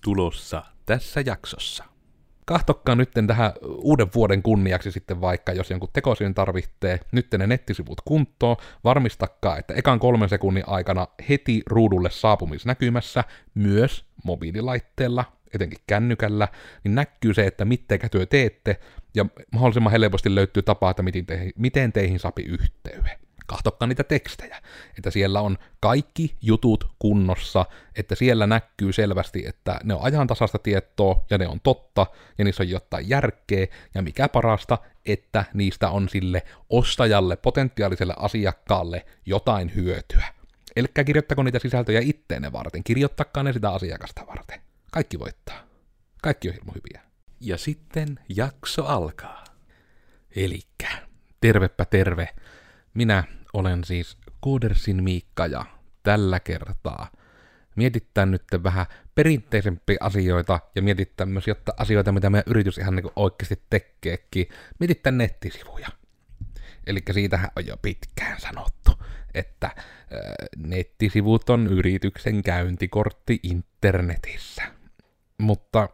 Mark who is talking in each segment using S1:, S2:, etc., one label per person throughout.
S1: tulossa tässä jaksossa. Kahtokkaa nytten tähän uuden vuoden kunniaksi sitten vaikka, jos jonkun tekosyyn tarvitsee, nyt ne nettisivut kuntoon, varmistakaa, että ekan 3 sekunnin aikana heti ruudulle saapumisnäkymässä, myös mobiililaitteella, etenkin kännykällä, niin näkyy se, että mittenkä työ teette, ja mahdollisimman helposti löytyy tapa, että miten teihin sapi yhteyden. Kahtokkaa niitä tekstejä, että siellä on kaikki jutut kunnossa, että siellä näkyy selvästi, että ne on ajantasaista tietoa ja ne on totta ja niissä on jotain järkeä ja mikä parasta, että niistä on sille ostajalle, potentiaaliselle asiakkaalle jotain hyötyä. Elikkä kirjoittako niitä sisältöjä itteenne varten, kirjoittakaa ne sitä asiakasta varten. Kaikki voittaa. Kaikki on hirmu hyviä. Ja sitten jakso alkaa. Elikkä, tervepä terve. Minä olen siis Koodersin Miikka ja tällä kertaa mietitään nyt vähän perinteisempiä asioita ja mietitään myös jotta asioita, mitä meidän yritys ihan niin oikeasti tekeekin. Mietitään nettisivuja. Eli siitähän on jo pitkään sanottu, että nettisivut on yrityksen käyntikortti internetissä. Mutta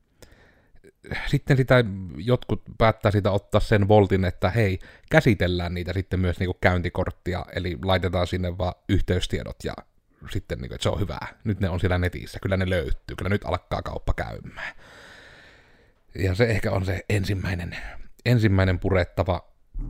S1: sitten sitä jotkut päättää siitä ottaa sen voltin, että hei, käsitellään niitä sitten myös niinku käyntikorttia, eli laitetaan sinne vaan yhteystiedot ja sitten niinku, että se on hyvää. Nyt ne on siellä netissä, kyllä ne löytyy, kyllä nyt alkaa kauppa käymään. Ja se ehkä on se ensimmäinen purettava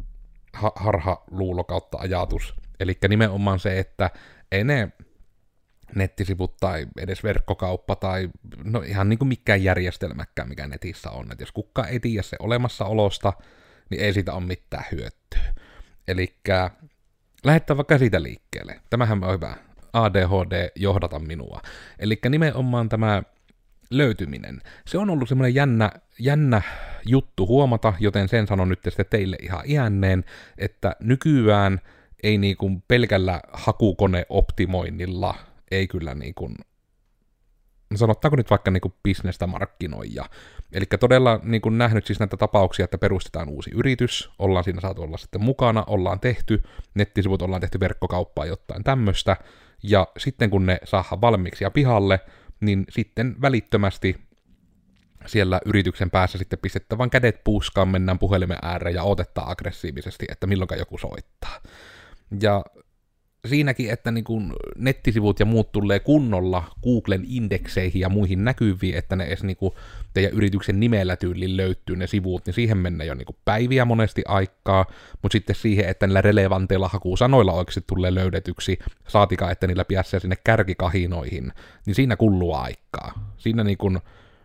S1: harhaluulo kautta ajatus. Eli nimenomaan se, että ei ne nettisivut tai edes verkkokauppa tai no ihan niin kuin mikään järjestelmäkään, mikä netissä on. Että jos kukaan ei tiedä se olemassaolosta, niin ei siitä ole mitään hyötyä. Elikkä lähdetään vaikka siitä liikkeelle. Tämähän on hyvä. ADHD johdata minua. Elikkä nimenomaan tämä löytyminen. Se on ollut semmoinen jännä juttu huomata, joten sen sanon nyt sitten teille ihan iänneen, että nykyään ei niin kuin pelkällä hakukoneoptimoinnilla ei kyllä niin kuin, sanottaako nyt vaikka niin kuin bisnestä markkinoija. Eli todella niin kuin nähnyt siis näitä tapauksia, että perustetaan uusi yritys, ollaan siinä saatu olla sitten mukana, ollaan tehty, nettisivut ollaan tehty verkkokauppaa jotain tämmöistä, ja sitten kun ne saadaan valmiiksi ja pihalle, niin sitten välittömästi siellä yrityksen päässä sitten pistettävän kädet puuskaan, mennään puhelimen ääreen ja otetaan aggressiivisesti, että milloinka joku soittaa. Ja siinäkin, että niin kun nettisivut ja muut tulee kunnolla Googlen indekseihin ja muihin näkyviin, että ne edes niin kun teidän yrityksen nimellä tyyliin löytyy ne sivut, niin siihen mennään jo niin kun päiviä monesti aikaa, mutta sitten siihen, että niillä relevanteilla hakusanoilla oikeasti tulee löydetyksi, saatikaan, että niillä pääsee sinne kärkikahinoihin, niin siinä kuluu aikaa. Siinä niin kun,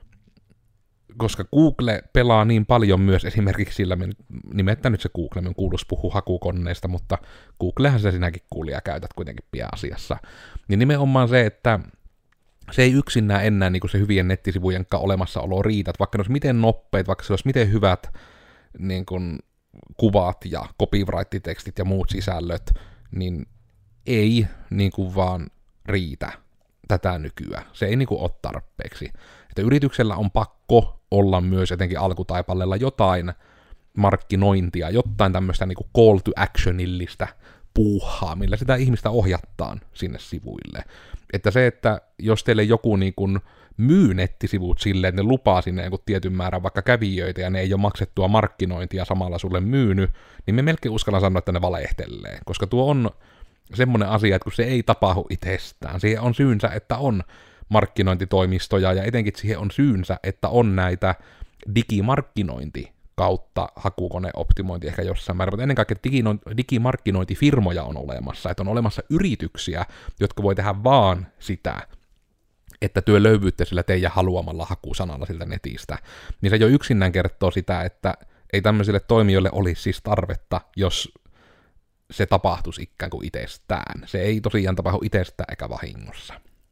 S1: koska Google pelaa niin paljon myös esimerkiksi sillä, nimettä nyt se Google, minun kuuluisi puhua hakukoneista, mutta Googlehan se sinäkin kuulija käytät kuitenkin pian asiassa. Niin nimenomaan se, että se ei yksinään enää niin kuin se hyvien nettisivujen olemassaolo riitä, vaikka ne olisi miten nopeat, vaikka se olisi miten hyvät niin kuin kuvat ja copyright-tekstit ja muut sisällöt, niin ei niin kuin vaan riitä tätä nykyään. Se ei niin kuin ole tarpeeksi. Että yrityksellä on pakko olla myös etenkin alkutaipaleella jotain markkinointia, jotain tämmöistä niin kuin call to actionillistä puuhaa, millä sitä ihmistä ohjattaan sinne sivuille. Että se, että jos teille joku niin kuin myy nettisivut silleen, että ne lupaa sinne jonkun tietyn määrän vaikka kävijöitä ja ne ei ole maksettua markkinointia samalla sulle myynyt, niin me melkein uskallan sanoa, että ne valehtelee, koska tuo on semmoinen asia, että kun se ei tapahdu itsestään, siihen on syynsä, että on markkinointitoimistoja, ja etenkin siihen on syynsä, että on näitä digimarkkinointi kautta hakukoneoptimointi ehkä jossain määrin, mutta ennen kaikkea digimarkkinointifirmoja on olemassa, että on olemassa yrityksiä, jotka voi tehdä vaan sitä, että työ löyvyyttä sillä teidän haluamalla hakusanalla siltä netistä, niin se jo yksinään kertoo sitä, että ei tämmöisille toimijoille olisi siis tarvetta, jos se tapahtuisi ikään kuin itsestään. Se ei tosiaan tapahdu itsestään eikä vahingossa.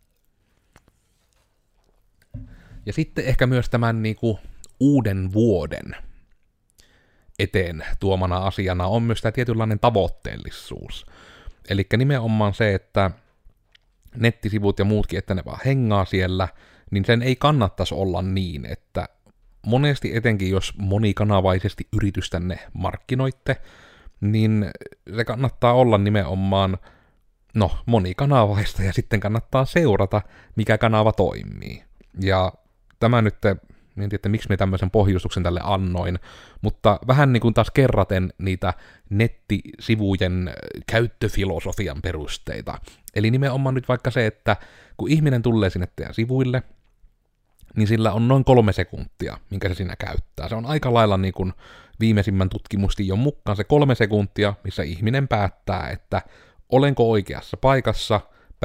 S1: Ja sitten ehkä myös tämän niinku uuden vuoden eteen tuomana asiana on myös tämä tietynlainen tavoitteellisuus. Eli nimenomaan se, että nettisivut ja muutkin, että ne vaan hengaa siellä, niin sen ei kannattaisi olla niin, että monesti etenkin jos monikanavaisesti yritystänne markkinoitte, niin se kannattaa olla nimenomaan monikanavaista ja sitten kannattaa seurata, mikä kanava toimii. Ja tämä nyt, en tiedä, miksi me tämmöisen pohjustuksen tälle annoin, mutta vähän niin kuin taas kerraten niitä nettisivujen käyttöfilosofian perusteita. Eli nimenomaan nyt vaikka se, että kun ihminen tulee sinne teidän sivuille, niin sillä on noin 3 sekuntia, minkä se siinä käyttää. Se on aika lailla niin kuin viimeisimmän tutkimustijon mukaan se 3 sekuntia, missä ihminen päättää, että olenko oikeassa paikassa,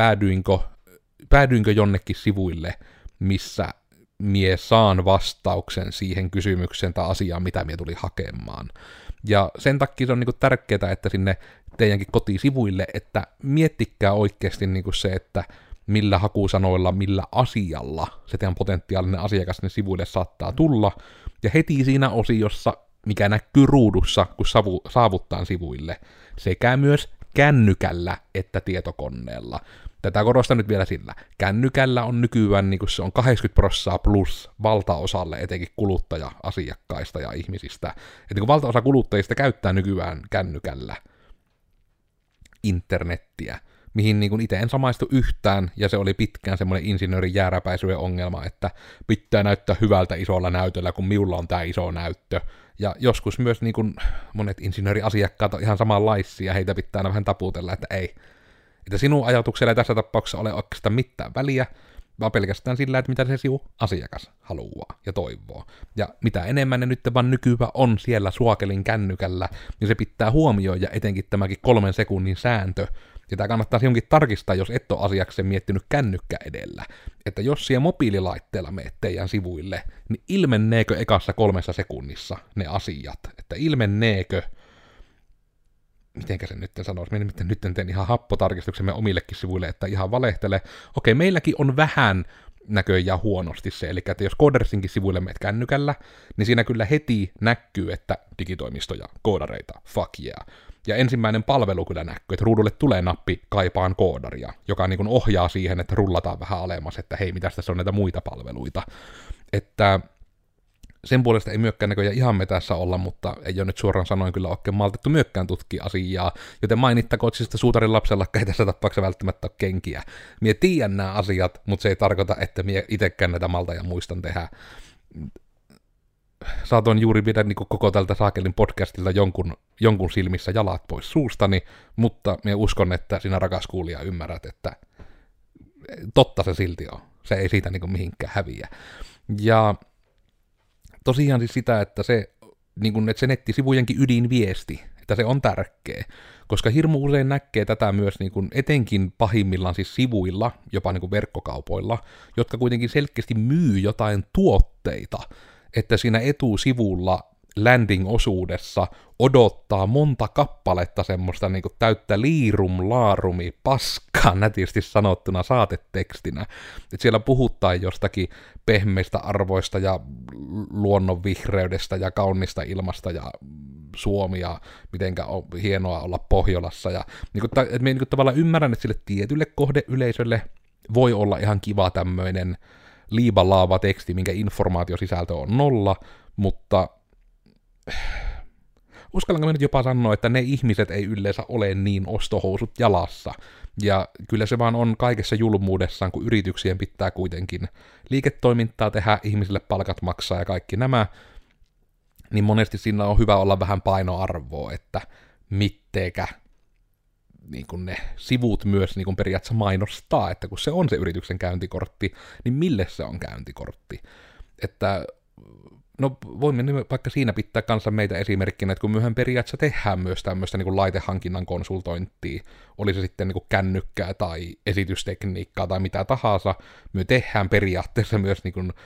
S1: päädyinkö jonnekin sivuille, missä mie saan vastauksen siihen kysymykseen tai asiaan, mitä mie tuli hakemaan. Ja sen takia se on niinku tärkeää, että sinne teidänkin kotisivuille, että miettikää oikeasti niinku se, että millä hakusanoilla, millä asialla se teidän potentiaalinen asiakas sinne sivuille saattaa tulla, ja heti siinä osiossa, mikä näkyy ruudussa, kun saavuttaa sivuille, sekä myös kännykällä että tietokoneella. Tätä korostan nyt vielä sillä. Kännykällä on nykyään niin kuin se on 80% plus valtaosalle etenkin kuluttaja-asiakkaista ja ihmisistä. Että kun valtaosa kuluttajista käyttää nykyään kännykällä internettiä, mihin niin kuin itse en samaistu yhtään, ja se oli pitkään semmoinen insinöörin jääräpäisyyden ongelma, että pitää näyttää hyvältä isolla näytöllä, kun minulla on tämä iso näyttö. Ja joskus myös niin kuin monet insinööriasiakkaat on ihan samanlaisia, ja heitä pitää aina vähän taputella, että ei. Että sinun ajatuksella ei tässä tapauksessa ole oikeastaan mitään väliä, vaan pelkästään sillä, että mitä se sinun asiakas haluaa ja toivoo. Ja mitä enemmän ne nyt vaan nykyään on siellä suakelin kännykällä, niin se pitää huomioida etenkin tämäkin 3 sekunnin sääntö. Ja tämä kannattaa sinunkin tarkistaa, jos et ole asiakseen miettinyt kännykkä edellä. Että jos siellä mobiililaitteella meet teidän sivuille, niin ilmenneekö ekassa 3 sekunnissa ne asiat? Että ilmenneekö, mitenkä se nyt sanoisi, minä nyt teen ihan happotarkistuksemme omillekin sivuille, että ihan valehtele. Okei, meilläkin on vähän näköjään huonosti se, eli että jos Codersinkin sivuille meet kännykällä, niin siinä kyllä heti näkyy, että digitoimistoja, koodareita, fuck yeah. Ja ensimmäinen palvelu kyllä näkyy, että ruudulle tulee nappi kaipaan koodaria, joka niin kuin ohjaa siihen, että rullataan vähän alemmas, että hei, mitäs tässä on näitä muita palveluita. Että sen puolesta ei myöskään näköjään ihan metässä olla, mutta ei ole nyt suoraan sanoen kyllä oikein maltettu myöskään tutkia asiaa, joten mainittakoon siis, että suutarin lapsella ei tässä tapauksessa välttämättä ole kenkiä. Mie tiedän nämä asiat, mutta se ei tarkoita, että mie itsekään näitä malta ja muistan tehdä. Saatoin juuri viedä niin koko tältä saakelin podcastilta jonkun silmissä jalat pois suustani, mutta minä uskon, että sinä rakas kuulija ymmärrät, että totta se silti on. Se ei siitä niin mihinkään häviä. Ja tosiaan siis sitä, että se, niin kuin, että se nettisivujenkin ydinviesti, että se on tärkeä, koska hirmu usein näkee tätä myös niin kuin, etenkin pahimmillaan siis sivuilla, jopa niin kuin verkkokaupoilla, jotka kuitenkin selkeästi myy jotain tuotteita, että siinä etusivulla landing-osuudessa odottaa monta kappaletta semmoista niin kuin täyttä liirum-laarumi paskaa nätisti sanottuna saatetekstinä. Että siellä puhutaan jostakin pehmeistä arvoista ja luonnon vihreydestä ja kaunista ilmasta ja Suomi ja mitenkä on hienoa olla Pohjolassa. Ja niin kuin, että minä niin kuin tavallaan ymmärrän, että sille tietylle kohdeyleisölle voi olla ihan kiva tämmöinen liibalaava teksti, minkä informaatiosisältö on 0, mutta uskallanko mä nyt jopa sanoa, että ne ihmiset ei yleensä ole niin ostohousut jalassa. Ja kyllä se vaan on kaikessa julmuudessaan, kun yrityksien pitää kuitenkin liiketoimintaa tehdä, ihmisille palkat maksaa ja kaikki nämä, niin monesti siinä on hyvä olla vähän painoarvoa, että mittekä niin kun ne sivut myös niin kun periaatteessa mainostaa, että kun se on se yrityksen käyntikortti, niin mille se on käyntikortti? Että no voimme vaikka siinä pitää kanssa meitä esimerkkinä, että kun myöhän periaatteessa tehdään myös tämmöistä niin kuin laitehankinnan konsultointia, oli se sitten niin kuin kännykkää tai esitystekniikkaa tai mitä tahansa, me tehdään periaatteessa myös niin kuin,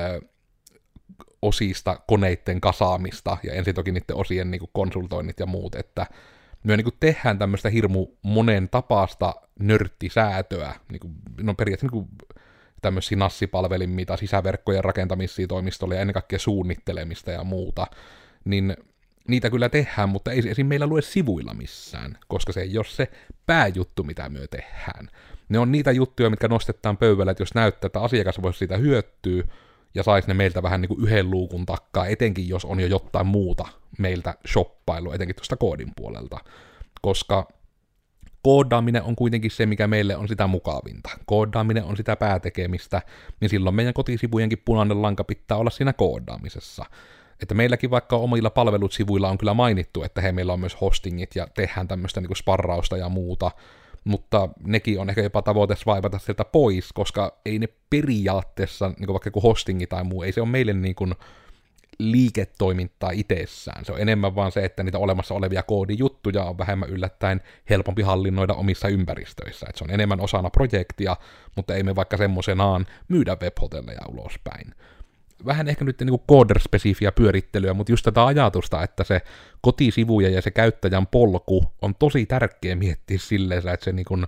S1: osista koneiden kasaamista ja ensin toki niiden osien niin kuin konsultoinnit ja muut, että me niin kuin tehdään tämmöistä hirmu monen tapaista nörttisäätöä, niin kuin, no periaatteessa niin kuin tämmöisiä nassipalvelimia tai sisäverkkojen rakentamisia toimistolle ja ennen kaikkea suunnittelemista ja muuta, niin niitä kyllä tehdään, mutta ei esim. Meillä lue sivuilla missään, koska se ei ole se pääjuttu, mitä me tehdään. Ne on niitä juttuja, mitkä nostetaan pöydällä, että jos näyttää, että asiakas voisi siitä hyötyä ja saisi ne meiltä vähän niin kuin yhden luukun takkaa, etenkin jos on jo jotain muuta meiltä shoppailua, etenkin tuosta koodin puolelta, koska koodaaminen on kuitenkin se, mikä meille on sitä mukavinta. Koodaaminen on sitä päätekemistä, niin silloin meidän kotisivujenkin punainen lanka pitää olla siinä koodaamisessa. Että meilläkin vaikka omilla palvelut-sivuilla on kyllä mainittu, että hei, meillä on myös hostingit ja tehdään tämmöistä niin kuin sparrausta ja muuta, mutta nekin on ehkä jopa tavoite swaipata sieltä pois, koska ei ne periaatteessa, niin kuin vaikka joku hostingi tai muu, ei se ole meille niin kuin liiketoimintaa itsessään. Se on enemmän vaan se, että niitä olemassa olevia koodijuttuja on vähemmän yllättäen helpompi hallinnoida omissa ympäristöissä. Että se on enemmän osana projektia, mutta ei me vaikka semmoisenaan myydä webhotelleja ulospäin. Vähän ehkä nyt niin coder-spesifiä pyörittelyä, mutta just tätä ajatusta, että se kotisivuja ja se käyttäjän polku on tosi tärkeä miettiä silleen, että se niin kuin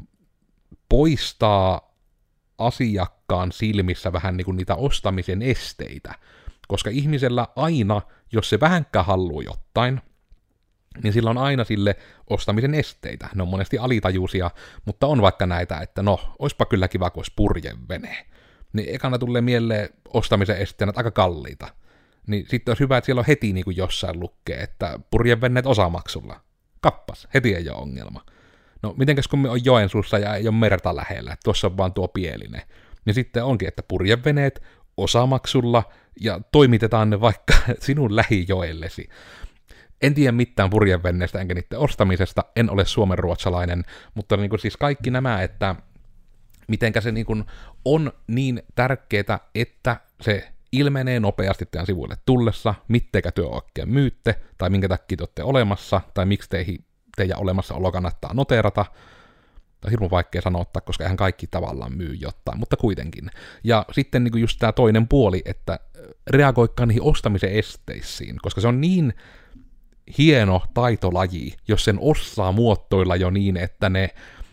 S1: poistaa asiakkaan silmissä vähän niin kuin niitä ostamisen esteitä. Koska ihmisellä aina, jos se vähänkään haluaa jotain, niin sillä on aina sille ostamisen esteitä. Ne on monesti alitajuisia, mutta on vaikka näitä, että no, oispa kyllä kiva, kun olisi purjevene. Niin ekana tulee mieleen ostamisen esteenä, että aika kalliita. Niin sitten olisi hyvä, että siellä on heti niin kuin jossain lukee, että purjeveneet osamaksulla. Kappas, heti ei ole ongelma. No, mitenkäs kun me on Joensuussa ja ei ole merta lähellä, että tuossa on vaan tuo Pieline. Niin sitten onkin, että purjeveneet osamaksulla ja toimitetaan ne vaikka sinun lähijoellesi. En tiedä mitään purjevenneestä enkä niiden ostamisesta, en ole suomenruotsalainen, mutta niin kuin siis kaikki nämä, että mitenkä se niin kuin on niin tärkeää, että se ilmenee nopeasti teidän sivuille tullessa, mittekä työ oikein myytte, tai minkä takia te olette olemassa, tai miksi teidän olemassaolo kannattaa noteerata. Tämä on hirveän vaikea sanottaa, koska eihän kaikki tavallaan myy jotain, mutta kuitenkin. Ja sitten niin kuin just tämä toinen puoli, että reagoikaa niihin ostamisen esteisiin, koska se on niin hieno taitolaji, jos sen osaa muotoilla jo niin, että ne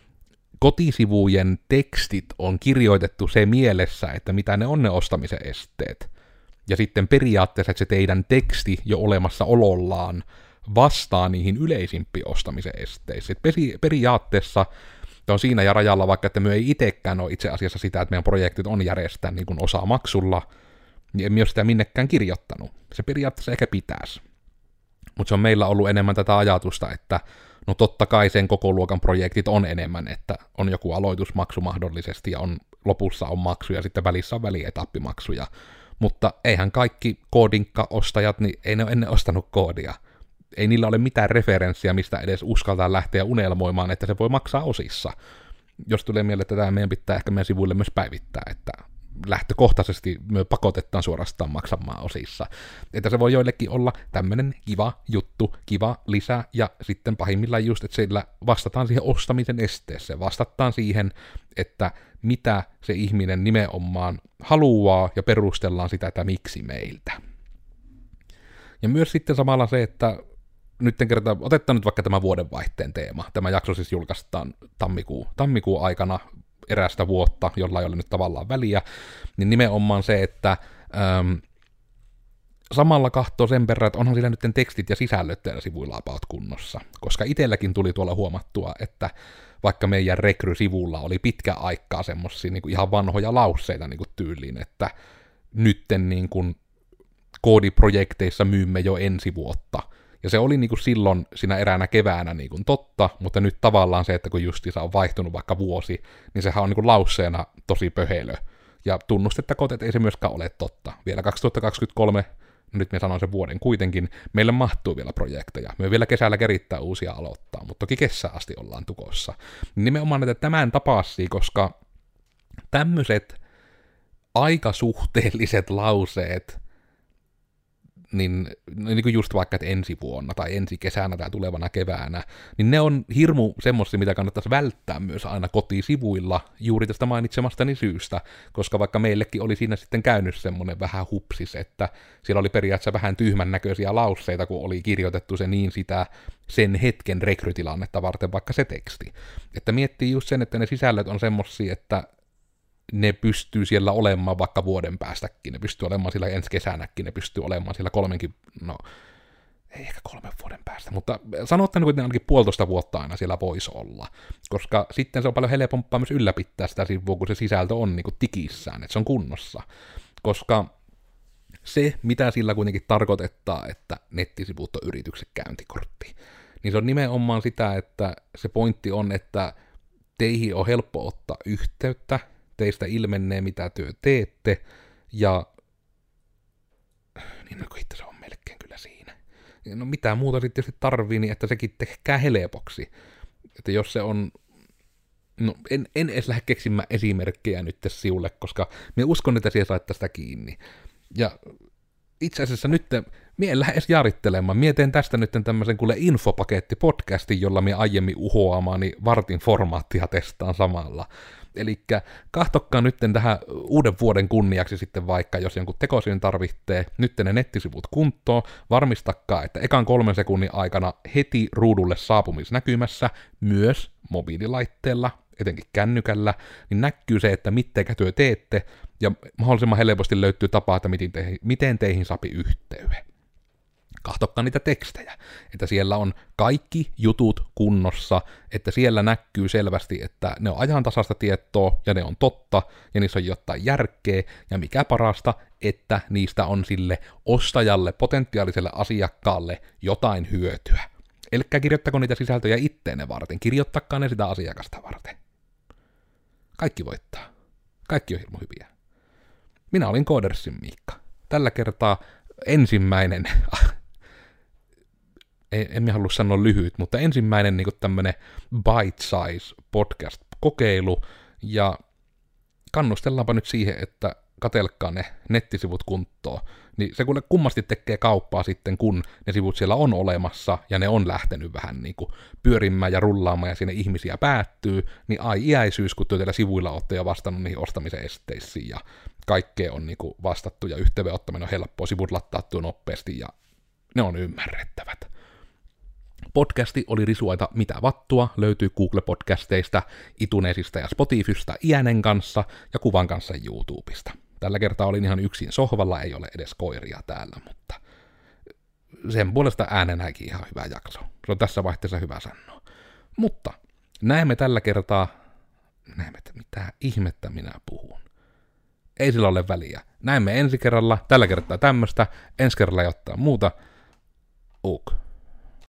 S1: kotisivujen tekstit on kirjoitettu se mielessä, että mitä ne on ne ostamisen esteet. Ja sitten periaatteessa, että se teidän teksti jo olemassa olollaan vastaa niihin yleisimpiin ostamisen esteisiin. Periaatteessa on siinä ja rajalla, vaikka että me ei itsekään ole itse asiassa sitä, että meidän projektit on järjestää niin kuin osaa maksulla, niin emme ole sitä minnekään kirjoittanut. Se periaatteessa ehkä pitäisi. Mutta se on meillä ollut enemmän tätä ajatusta, että no totta kai sen koko luokan projektit on enemmän, että on joku aloitusmaksu mahdollisesti ja lopussa on maksu ja sitten välissä on välietappimaksuja. Mutta eihän kaikki koodinkka-ostajat, niin ei ne ole ennen ostanut koodia. Ei niillä ole mitään referenssiä, mistä edes uskaltaa lähteä unelmoimaan, että se voi maksaa osissa. Jos tulee mieleen, että tämä meidän pitää ehkä meidän sivuille myös päivittää, että lähtökohtaisesti me pakotetaan suorastaan maksamaan osissa. Että se voi joillekin olla tämmöinen kiva juttu, kiva lisä, ja sitten pahimmillaan just, että sillä vastataan siihen ostamisen esteeseen, vastataan siihen, että mitä se ihminen nimenomaan haluaa, ja perustellaan sitä, että miksi meiltä. Ja myös sitten samalla se, että otetaan nyt vaikka tämä vuodenvaihteen teema. Tämä jakso siis julkaistaan tammikuun aikana erästä vuotta, jolla ei ole nyt tavallaan väliä, niin nimenomaan se, että samalla kahtoo sen verran, että onhan sillä nyt tekstit ja sisällöt teillä sivuilla about kunnossa, koska itselläkin tuli tuolla huomattua, että vaikka meidän rekry-sivulla oli pitkä aikaa semmosia niin kuin ihan vanhoja lauseita niin kuin tyyliin, että nytten niin kuin koodiprojekteissa myymme jo ensi vuotta. Ja se oli niin kuin silloin siinä eräänä keväänä niin kuin totta, mutta nyt tavallaan se, että kun justiinsa on vaihtunut vaikka vuosi, niin sehän on niin kuin lauseena tosi pöhelö. Ja tunnustettakoon, että ei se myöskään ole totta. Vielä 2023, nyt me sanon sen vuoden kuitenkin, meille mahtuu vielä projekteja. Me vielä kesällä kerittää uusia aloittaa, mutta toki kesään asti ollaan tukossa. Nimenomaan näitä tämän tapaisia, koska tämmöiset aika suhteelliset lauseet, niin kuin just vaikka, että ensi vuonna tai ensi kesänä tai tulevana keväänä, niin ne on hirmu semmoisia, mitä kannattaisi välttää myös aina kotisivuilla juuri tästä mainitsemastani syystä, koska vaikka meillekin oli siinä sitten käynyt semmoinen vähän hupsis, että siellä oli periaatteessa vähän tyhmän näköisiä lauseita, kun oli kirjoitettu se niin sitä sen hetken rekrytilannetta varten vaikka se teksti. Että miettii just sen, että ne sisällöt on semmosia, että ne pystyy siellä olemaan vaikka vuoden päästäkin, ne pystyy olemaan siellä ensi kesänäkin, ne pystyy olemaan siellä ei ehkä 3 vuoden päästä, mutta sanotaan että ainakin 1,5 vuotta aina siellä voisi olla, koska sitten se on paljon helpompaa myös ylläpitää sitä sivua, kun se sisältö on niin kuin tikissään, että se on kunnossa, koska se, mitä sillä kuitenkin tarkoittaa, että nettisivut on yrityksen käyntikortti, niin se on nimenomaan sitä, että se pointti on, että teihin on helppo ottaa yhteyttä, teistä ilmenee mitä työ teette, ja niin no itse se on melkein kyllä siinä. No mitä muuta sitten tietysti tarvii, niin että sekin tekee helpoksi. Että jos se on, no en edes lähde keksimään esimerkkejä nyt siulle, koska me uskon, että siellä saat tästä kiinni. Ja itse asiassa nyt, mie en lähde edes jaarittelemaan, mie teen tästä nyt tämmöisen kuule infopaketti-podcastin, jolla mie aiemmin uhoamaani vartin formaattia testaan samalla. Elikkä kahtokkaa nyt tähän uuden vuoden kunniaksi sitten vaikka, jos jonkun tekosyyn tarvitsee, nyt ne nettisivut kuntoon, varmistakaa, että ekan 3 sekunnin aikana heti ruudulle saapumisnäkymässä, myös mobiililaitteella, etenkin kännykällä, niin näkyy se, että mittenkä työ teette, ja mahdollisimman helposti löytyy tapa, että miten teihin sapi yhteyden. Kahtokkaa niitä tekstejä, että siellä on kaikki jutut kunnossa, että siellä näkyy selvästi, että ne on ajantasaista tietoa, ja ne on totta, ja niissä on jotain järkeä, ja mikä parasta, että niistä on sille ostajalle, potentiaaliselle asiakkaalle jotain hyötyä. Elikkä kirjoittako niitä sisältöjä itteenne varten, kirjoittakaa ne sitä asiakasta varten. Kaikki voittaa. Kaikki on hirmu hyviä. Minä olin Codersin Miikka. Tällä kertaa ensimmäinen, en halua sanoa lyhyt, mutta ensimmäinen niin tämmönen bite-size podcast-kokeilu, ja kannustellaanpa nyt siihen, että katelkaa ne nettisivut kuntoon, niin se kuule kummasti tekee kauppaa sitten, kun ne sivut siellä on olemassa, ja ne on lähtenyt vähän niin kuin pyörimään ja rullaamaan, ja sinne ihmisiä päättyy, niin ai iäisyys, kun teillä sivuilla olette jo vastannut niihin ostamisen esteisiin, ja kaikkea on niin kuin vastattu, ja yhteyden ottaminen on helppoa, sivut lattaattuu nopeasti, ja ne on ymmärrettävät. Podcasti oli risuaita mitä vattua, löytyy Google-podcasteista, iTunesista ja Spotifysta iänen kanssa ja kuvan kanssa YouTubesta. Tällä kertaa olin ihan yksin sohvalla, ei ole edes koiria täällä, mutta sen puolesta äänenäkin ihan hyvä jakso. Se on tässä vaihteessa hyvä sanoa. Mutta näemme tällä kertaa, että mitä ihmettä minä puhun. Ei sillä ole väliä. Näemme ensi kerralla, tällä kertaa tämmöstä, ensi kerralla jotain muuta.